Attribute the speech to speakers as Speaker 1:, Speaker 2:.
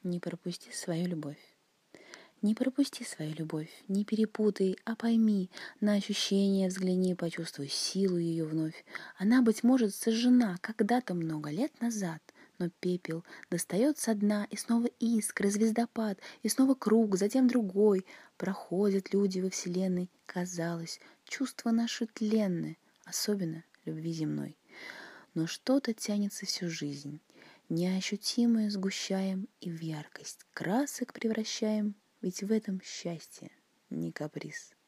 Speaker 1: Не пропусти свою любовь. Не пропусти свою любовь, не перепутай, а пойми, на ощущение взгляни, почувствуй силу ее вновь. Она, быть может, сожжена когда-то много лет назад, но пепел достает со дна, и снова искры, звездопад, и снова круг, затем другой. Проходят люди во вселенной, казалось, чувства наши тленны, особенно любви земной. Но что-то тянется всю жизнь, неощутимое сгущаем и в яркость красок превращаем, ведь в этом счастье не каприз.